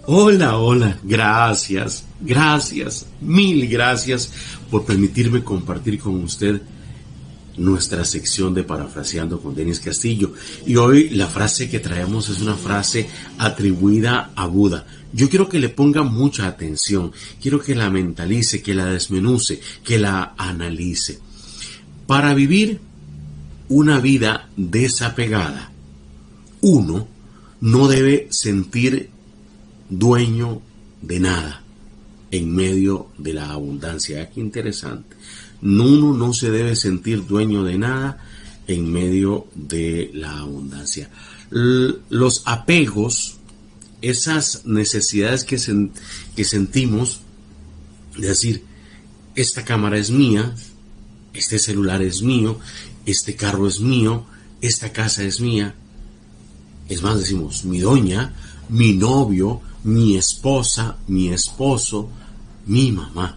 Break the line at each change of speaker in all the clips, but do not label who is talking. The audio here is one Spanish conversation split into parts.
Hola, hola, mil gracias por permitirme compartir con usted nuestra sección de Parafraseando con Denis Castillo. Y hoy la frase que traemos es una frase atribuida a Buda. Yo quiero que le ponga mucha atención, quiero que la mentalice, que la desmenuce, que la analice. Para vivir una vida desapegada, uno no debe sentir dueño de nada en medio de la abundancia. Qué interesante. Uno no se debe sentir dueño de nada en medio de la abundancia. Los apegos, esas necesidades que sentimos, de decir, esta cámara es mía, este celular es mío, este carro es mío, esta casa es mía. Es más, decimos, mi doña, mi novio, mi esposa, mi esposo, mi mamá.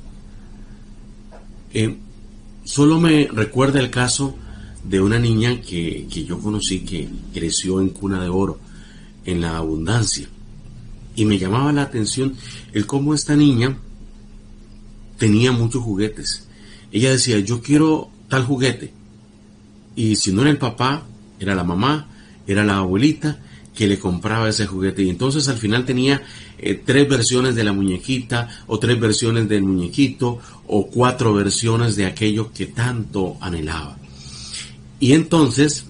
Solo me recuerda el caso de una niña que yo conocí, que creció en cuna de oro, en la abundancia. Y me llamaba la atención el cómo esta niña tenía muchos juguetes. Ella decía, yo quiero tal juguete. Y si no era el papá, era la mamá, era la abuelita que le compraba ese juguete. Y entonces al final tenía 3 versiones de la muñequita, o 3 versiones del muñequito, o 4 versiones de aquello que tanto anhelaba. Y entonces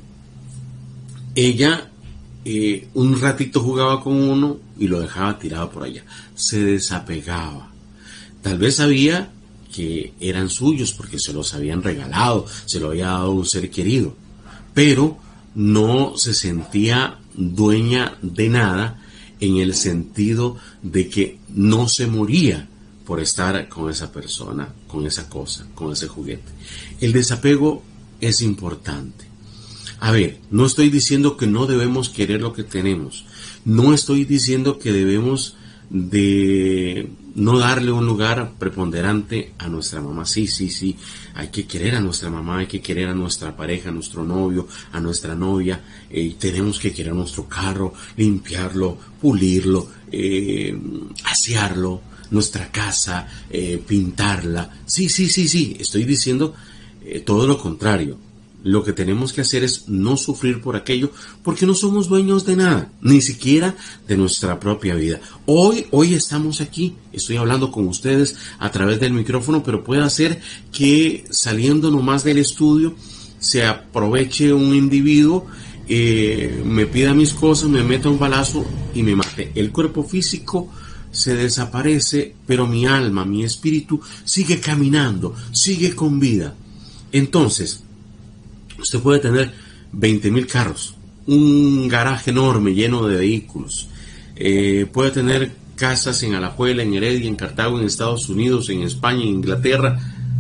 ella un ratito jugaba con uno y lo dejaba tirado por allá. Se desapegaba. Tal vez sabía que eran suyos porque se los habían regalado, se lo había dado un ser querido, pero no se sentía dueña de nada, en el sentido de que no se moría por estar con esa persona, con esa cosa, con ese juguete. El desapego es importante. A ver, no estoy diciendo que no debemos querer lo que tenemos, no estoy diciendo que debemos de no darle un lugar preponderante a nuestra mamá. Sí, hay que querer a nuestra mamá, hay que querer a nuestra pareja, a nuestro novio, a nuestra novia. Tenemos que querer nuestro carro, limpiarlo, pulirlo, asearlo, nuestra casa, pintarla. Sí, estoy diciendo todo lo contrario. Lo que tenemos que hacer es no sufrir por aquello, porque no somos dueños de nada, ni siquiera de nuestra propia vida. Hoy estamos aquí, estoy hablando con ustedes a través del micrófono, pero puede ser que saliendo nomás del estudio se aproveche un individuo, me pida mis cosas, me meta un balazo y me mate. El cuerpo físico se desaparece, pero mi alma, mi espíritu sigue caminando, sigue con vida. Entonces, usted puede tener 20,000 carros, un garaje enorme lleno de vehículos, puede tener casas en Alajuela, en Heredia, en Cartago, en Estados Unidos, en España, en Inglaterra,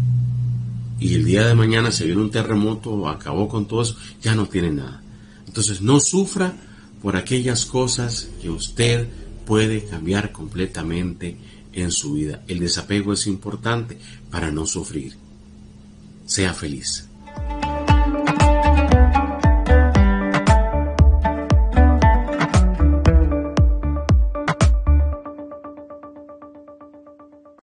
y el día de mañana se viene un terremoto, acabó con todo eso, ya no tiene nada. Entonces no sufra por aquellas cosas que usted puede cambiar completamente en su vida. El desapego es importante para no sufrir. Sea feliz.